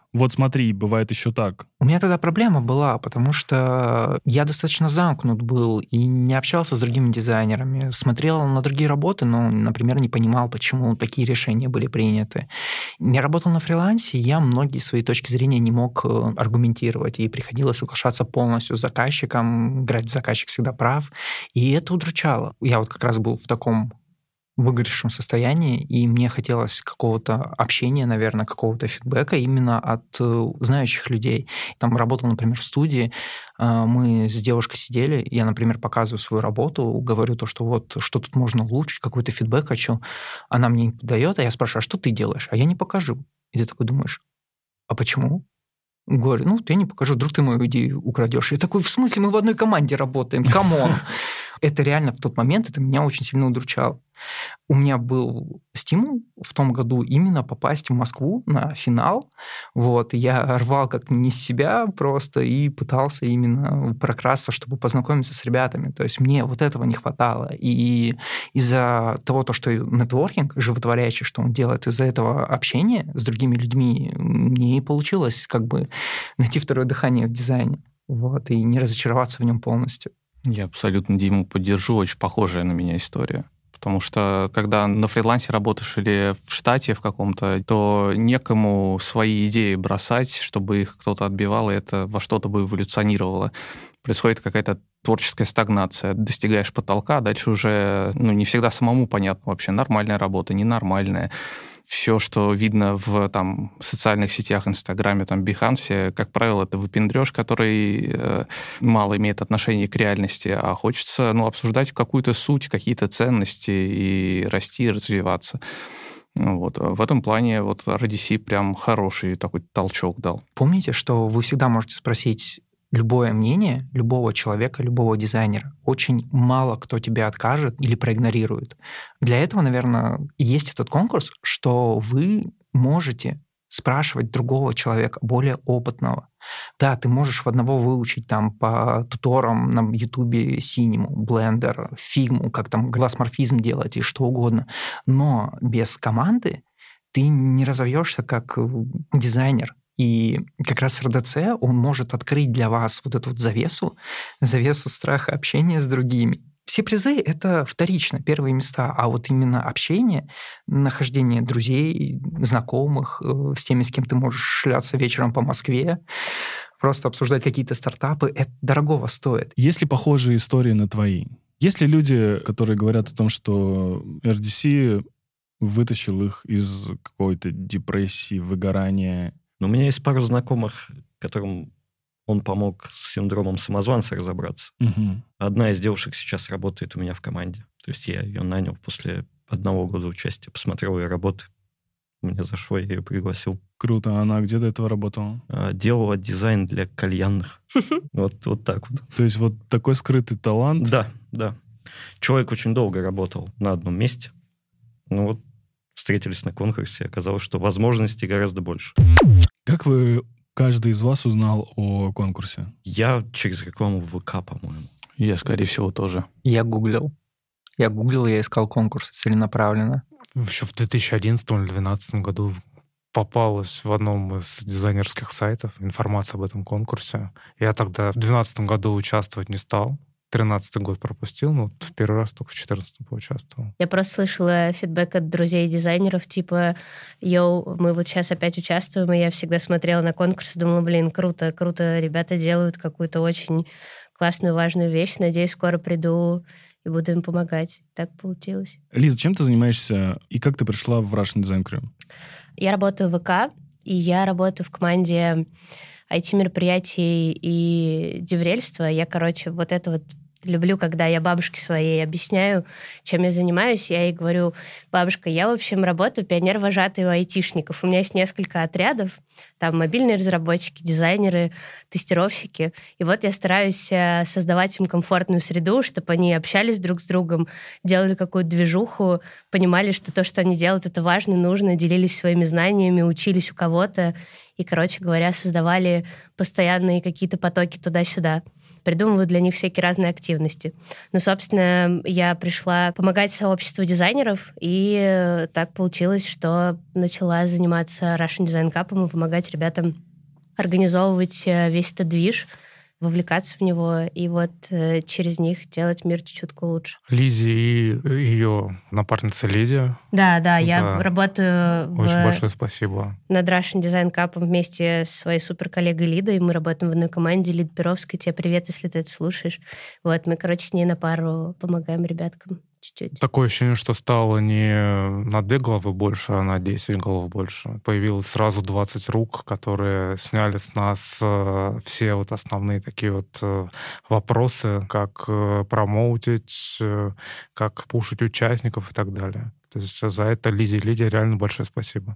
вот смотри, бывает еще так. У меня тогда проблема была, потому что я достаточно замкнут был и не общался с другими дизайнерами. Смотрел на другие работы, но, например, не понимал, почему такие решения были приняты. Я работал на фрилансе, я многие свои точки зрения не мог аргументировать, и приходилось соглашаться полностью с заказчиком, играть в «заказчик всегда прав», и это удручало. Я вот как раз был в таком выгоревшем состоянии, и мне хотелось какого-то общения, наверное, какого-то фидбэка именно от знающих людей. Там работал, например, в студии, мы с девушкой сидели, я, например, показываю свою работу, говорю то, что вот, что тут можно улучшить, какой-то фидбэк хочу. Она мне дает, а я спрашиваю, а что ты делаешь? А я не покажу. И ты такой думаешь, а почему? Говорю, ну, я не покажу, вдруг ты мою идею украдешь. Я такой, в смысле, мы в одной команде работаем, камон. Это реально в тот момент, это меня очень сильно удручало. У меня был стимул в том году именно попасть в Москву на финал. Вот. Я рвал как не с себя просто и пытался именно прокрасться, чтобы познакомиться с ребятами. То есть мне вот этого не хватало. И из-за того, что нетворкинг животворящий, что он делает, из-за этого общения с другими людьми, мне и получилось как бы найти второе дыхание в дизайне. Вот. И не разочароваться в нем полностью. Я абсолютно Диму поддержу, очень похожая на меня история. Потому что, когда на фрилансе работаешь или в штате в каком-то, то некому свои идеи бросать, чтобы их кто-то отбивал, и это во что-то бы эволюционировало. Происходит какая-то творческая стагнация. Достигаешь потолка, дальше уже не всегда самому понятно вообще, нормальная работа, ненормальная. Все, что видно в социальных сетях, Инстаграме, Бихансе, как правило, это выпендрёж, который мало имеет отношения к реальности, а хочется обсуждать какую-то суть, какие-то ценности и расти, и развиваться. Вот. В этом плане RDC прям хороший такой толчок дал. Помните, что вы всегда можете спросить любое мнение любого человека, любого дизайнера. Очень мало кто тебе откажет или проигнорирует. Для этого, наверное, есть этот конкурс, что вы можете спрашивать другого человека, более опытного. Да, ты можешь в одного выучить по туторам на Ютубе Cinema, Blender, Figma, как глаз-морфизм делать и что угодно. Но без команды ты не разовьешься как дизайнер. И как раз RDC, он может открыть для вас вот эту завесу страха общения с другими. Все призы — это вторично, первые места, а вот именно общение, нахождение друзей, знакомых, с теми, с кем ты можешь шляться вечером по Москве, просто обсуждать какие-то стартапы, это дорогого стоит. Есть ли похожие истории на твои? Есть ли люди, которые говорят о том, что RDC вытащил их из какой-то депрессии, выгорания? Но у меня есть пару знакомых, которым он помог с синдромом самозванца разобраться. Угу. Одна из девушек сейчас работает у меня в команде. То есть я ее нанял после 1 года участия, посмотрел ее работы. Мне зашло, я ее пригласил. Круто. А она где до этого работала? Делала дизайн для кальянных. Вот так вот. То есть вот такой скрытый талант? Да. Человек очень долго работал на одном месте. Встретились на конкурсе, оказалось, что возможностей гораздо больше. Как каждый из вас узнал о конкурсе? Я через рекламу в ВК, по-моему. Я, скорее всего, тоже. Я гуглил, я искал конкурсы целенаправленно. Еще в 2011 или 2012 году попалась в одном из дизайнерских сайтов информация об этом конкурсе. Я тогда в 2012 году участвовать не стал. 13-й год пропустил, в первый раз только в 14-м поучаствовал. Я просто слышала фидбэк от друзей-дизайнеров, типа, мы вот сейчас опять участвуем, и я всегда смотрела на конкурс и думала, круто, ребята делают какую-то очень классную, важную вещь, надеюсь, скоро приду и буду им помогать. Так получилось. Лиза, чем ты занимаешься и как ты пришла в Russian Design Crew? Я работаю в ВК, и я работаю в команде IT-мероприятий и деврельства. Я, люблю, когда я бабушке своей объясняю, чем я занимаюсь. Я ей говорю: бабушка, я, в общем, работаю пионер-вожатой у айтишников. У меня есть несколько отрядов. Там мобильные разработчики, дизайнеры, тестировщики. И вот я стараюсь создавать им комфортную среду, чтобы они общались друг с другом, делали какую-то движуху, понимали, что то, что они делают, это важно, нужно, делились своими знаниями, учились у кого-то. И, создавали постоянные какие-то потоки туда-сюда. придумывают для них всякие разные активности. Ну, собственно, я пришла помогать сообществу дизайнеров, и так получилось, что начала заниматься Russian Design Cup и помогать ребятам организовывать весь этот движ, вовлекаться в него, и вот через них делать мир чуть-чутку лучше. Лизе и ее напарница Лидия. Да, я работаю Очень большое спасибо. над Russian Design Cup вместе с своей суперколлегой Лидой. Мы работаем в одной команде. Лида Перовская, тебе привет, если ты это слушаешь. Вот, мы, с ней на пару помогаем ребяткам чуть-чуть. Такое ощущение, что стало не на 2 головы больше, а на 10 голов больше. Появилось сразу 20 рук, которые сняли с нас все вот основные такие вот вопросы, как промоутить, как пушить участников и так далее. То есть за это Лизе и Лидия реально большое спасибо.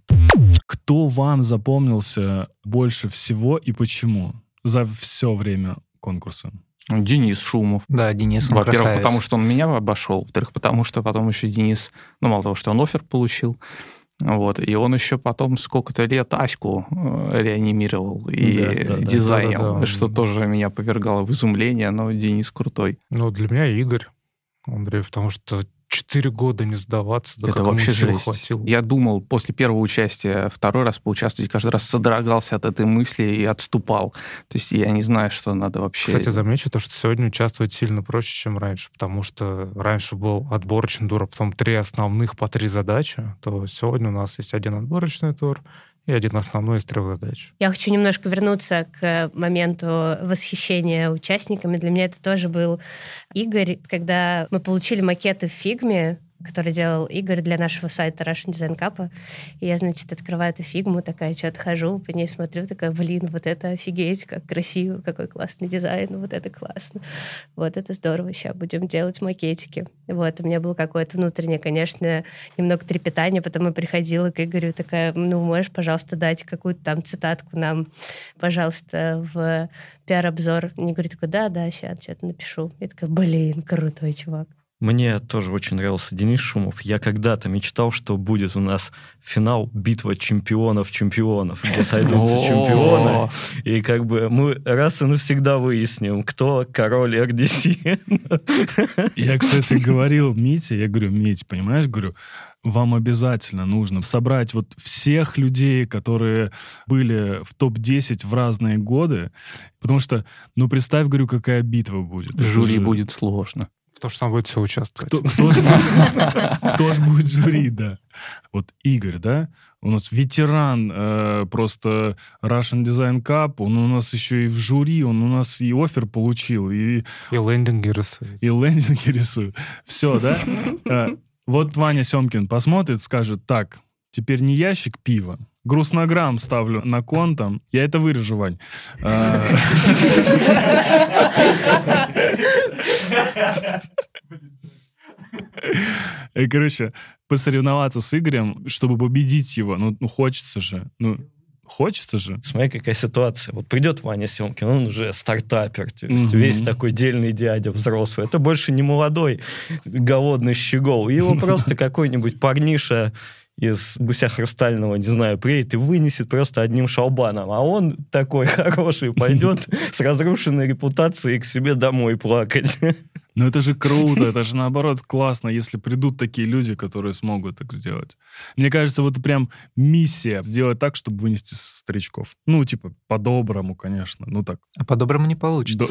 Кто вам запомнился больше всего и почему за все время конкурса? Денис Шумов. Да, Денис, он Во-первых, красавец. потому что он меня обошел. Во-вторых, потому что потом еще Денис, мало того, что он оффер получил, вот, и он еще потом сколько-то лет Аську реанимировал и дизайнил, что тоже меня повергало в изумление, но Денис крутой. Ну, для меня Игорь Андрей, потому что 4 года не сдаваться, да Это как ему вообще сил жесть. хватило. Я думал, после первого участия второй раз поучаствовать, каждый раз содрогался от этой мысли и отступал. То есть я не знаю, что надо вообще... Кстати, замечу то, что сегодня участвовать сильно проще, чем раньше, потому что раньше был отборочный тур, а потом 3 основных по 3 задачи, то сегодня у нас есть 1 отборочный тур и 1 основной из 3 задач. Я хочу немножко вернуться к моменту восхищения участниками. Для меня это тоже был Игорь, когда мы получили макеты в фигме, который делал Игорь для нашего сайта Russian Design Cup. И я, открываю эту фигму, такая, что-то хожу, по ней смотрю, такая, вот это офигеть, как красиво, какой классный дизайн, вот это классно. Вот это здорово, сейчас будем делать макетики. Вот, у меня было какое-то внутреннее, конечно, немного трепетание, потом я приходила к Игорю, такая, можешь, пожалуйста, дать какую-то там цитатку нам, пожалуйста, в пиар-обзор. Мне говорит, такой, да, сейчас что-то напишу. Я такая, крутой чувак. Мне тоже очень нравился Денис Шумов. Я когда-то мечтал, что будет у нас финал «Битва чемпионов», где сойдутся чемпионы. И мы раз и навсегда выясним, кто король RDC. Я, кстати, говорил Мите, Мить, понимаешь, вам обязательно нужно собрать вот всех людей, которые были в топ-10 в разные годы, потому что, представь, какая битва будет. Жюри будет сложно. Потому что там будет все участвовать. Кто ж будет жюри, да. Вот Игорь, да, у нас ветеран просто Russian Design Cup, он у нас еще и в жюри, он у нас и оффер получил, и лендинги рисует. Все, да? Вот Ваня Семкин посмотрит, скажет, так, теперь не ящик пива, грустнограмм ставлю на кон там. Я это вырежу, Вань. И, посоревноваться с Игорем, чтобы победить его, хочется же. Хочется же. Смотри, какая ситуация. Вот придет Ваня Семкин, он уже стартапер, то есть весь такой дельный дядя, взрослый. Это больше не молодой голодный щегол. Его просто какой-нибудь парниша из гуся хрустального, не знаю, приедет и вынесет просто одним шалбаном. А он такой хороший пойдет с разрушенной репутацией к себе домой плакать. Ну это же круто, это же наоборот классно, если придут такие люди, которые смогут так сделать. Мне кажется, вот прям миссия сделать так, чтобы вынести старичков. По-доброму, конечно. Так. А по-доброму не получится.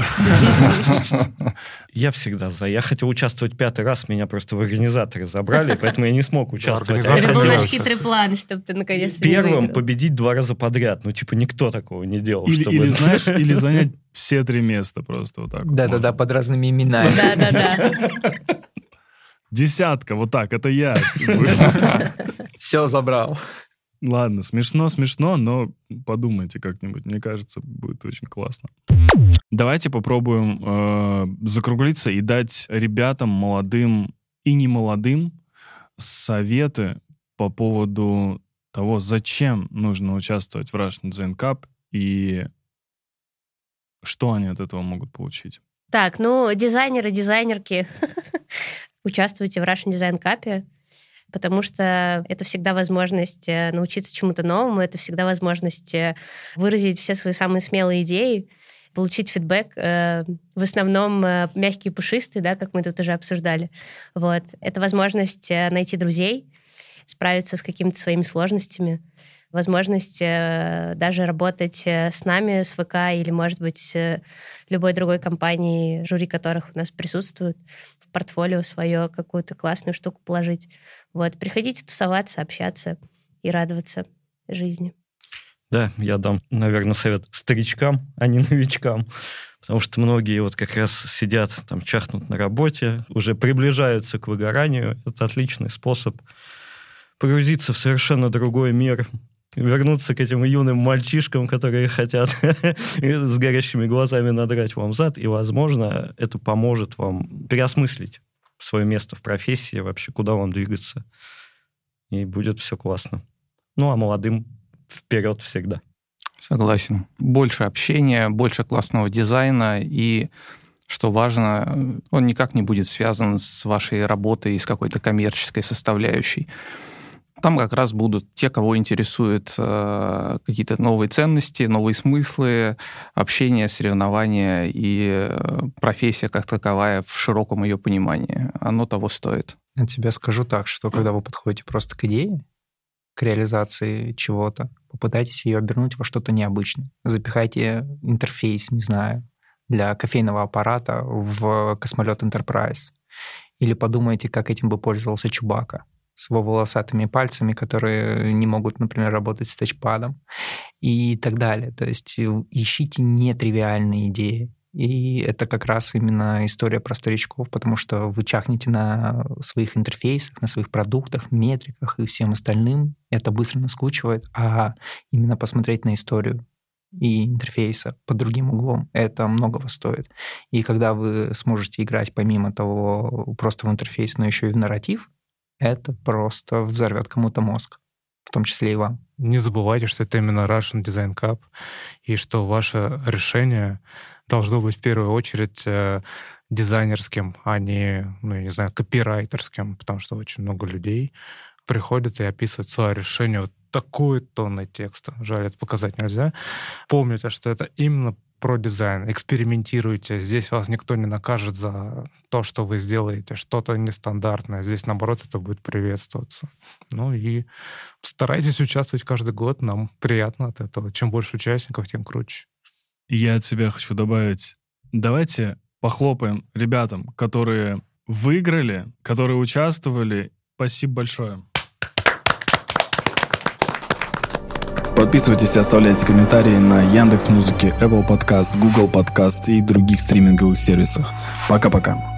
Я всегда за. Я хотел участвовать 5-й раз, меня просто в организаторы забрали, поэтому я не смог участвовать. Это был наш хитрый план, чтобы ты наконец-то не выиграл. Первым победить 2 раза подряд. никто такого не делал. Или занять все 3 места просто вот так. Да-да-да, под разными именами. Да-да-да. 10, вот так, это я. Все забрал. Ладно, смешно, но подумайте как-нибудь. Мне кажется, будет очень классно. Давайте попробуем закруглиться и дать ребятам, молодым и немолодым, советы по поводу того, зачем нужно участвовать в Russian Design Cup и что они от этого могут получить. Так, дизайнеры, дизайнерки, участвуйте в Russian Design Cup, потому что это всегда возможность научиться чему-то новому, это всегда возможность выразить все свои самые смелые идеи. получить фидбэк, в основном мягкий и пушистый, да, как мы тут уже обсуждали. Вот. Это возможность найти друзей, справиться с какими-то своими сложностями, возможность даже работать с нами, с ВК или, может быть, с любой другой компанией, жюри которых у нас присутствуют, в портфолио свое какую-то классную штуку положить. Вот. Приходите тусоваться, общаться и радоваться жизни. Да, я дам, наверное, совет старичкам, а не новичкам, потому что многие вот как раз сидят, там, чахнут на работе, уже приближаются к выгоранию. Это отличный способ погрузиться в совершенно другой мир, вернуться к этим юным мальчишкам, которые хотят с горящими глазами надрать вам зад, и, возможно, это поможет вам переосмыслить свое место в профессии, вообще, куда вам двигаться, и будет все классно. Ну, а молодым вперед всегда. Согласен. Больше общения, больше классного дизайна, и, что важно, он никак не будет связан с вашей работой и с какой-то коммерческой составляющей. Там как раз будут те, кого интересуют какие-то новые ценности, новые смыслы, общение, соревнования и профессия как таковая в широком ее понимании. Оно того стоит. Я тебе скажу так, что когда вы подходите просто к идее, к реализации чего-то, попытайтесь ее обернуть во что-то необычное. Запихайте интерфейс, не знаю, для кофейного аппарата в космолет Enterprise. Или подумайте, как этим бы пользовался Чубака с его волосатыми пальцами, которые не могут, например, работать с тачпадом и так далее. То есть ищите нетривиальные идеи. И это как раз именно история про старичков, потому что вы чахнете на своих интерфейсах, на своих продуктах, метриках и всем остальным. Это быстро наскучивает. А именно посмотреть на историю и интерфейса под другим углом, это многого стоит. И когда вы сможете играть помимо того просто в интерфейс, но еще и в нарратив, это просто взорвет кому-то мозг, в том числе и вам. Не забывайте, что это именно Russian Design Cup, и что ваше решение должно быть в первую очередь дизайнерским, а не, я не знаю, копирайтерским, потому что очень много людей приходят и описывают свое решение вот такой тонной текста. Жаль, это показать нельзя. Помните, что это именно про дизайн. Экспериментируйте. Здесь вас никто не накажет за то, что вы сделаете. Что-то нестандартное. Здесь, наоборот, это будет приветствоваться. Ну и старайтесь участвовать каждый год. Нам приятно от этого. Чем больше участников, тем круче. Я от себя хочу добавить. Давайте похлопаем ребятам, которые выиграли, которые участвовали. Спасибо большое. Подписывайтесь и оставляйте комментарии на Яндекс.Музыке, Apple Podcast, Google Podcast и других стриминговых сервисах. Пока-пока.